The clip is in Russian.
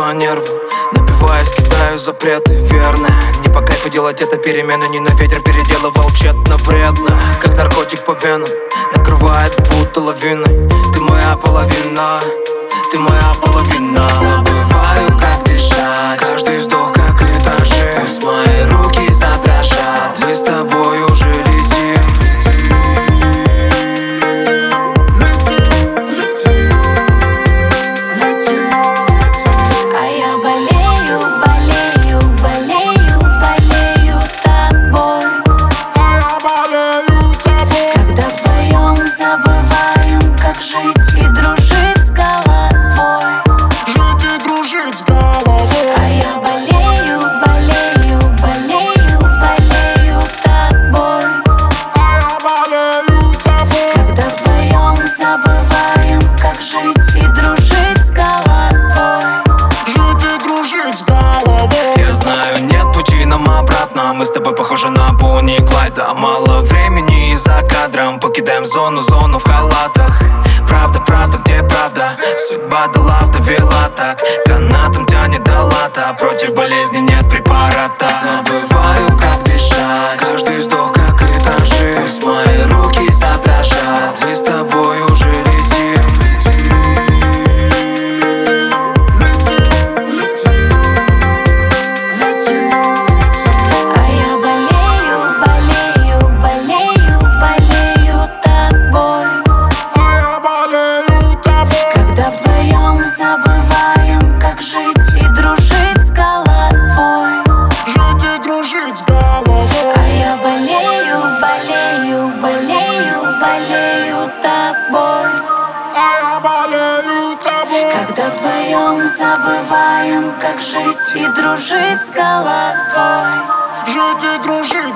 на нервы. Напиваясь, кидаю запреты, верно. Не по кайфу делать это перемены, не на ветер переделывал тщетно, вредно. Как наркотик по венам, накрывает будто лавиной. Ты моя половина, ты моя половина. Забываю, как дышать, каждый вздох как этажи. Пусть мои руки задрожат, мы с тобой уже летим. А я болею, болею, болею, болею тобой. А я болею тобой. Когда вдвоем забываем, как жить и дружить с головой. Жить и дружить с головой. А я болею, болею, болею, болею тобой. А я болею тобой. Когда вдвоем забываем, как жить и дружить с головой. Жить и дружить с головой. Я знаю, нет пути нам обратно. Мы с тобой похожи на Бонни и Клайда. Мало времени и за кадром покидаем зону в халатах. Правда, правда, где правда? Судьба дала, довела так. Канатом тянет до лата. Против болезни нет препарата. Забываю, как дышать, каждый вздох как этажи. Пусть мои руки задрожат, мы с тобой уже летим. А я болею, болею, болею, болею тобой. А я болею тобой. Когда вдвоем забываем, как жить и дружить с головой. Жить и дружить с головой. А я болею, болею, болею, болею тобой. А я болею тобой. Когда вдвоем забываем, как жить и дружить с головой. Жить и дружить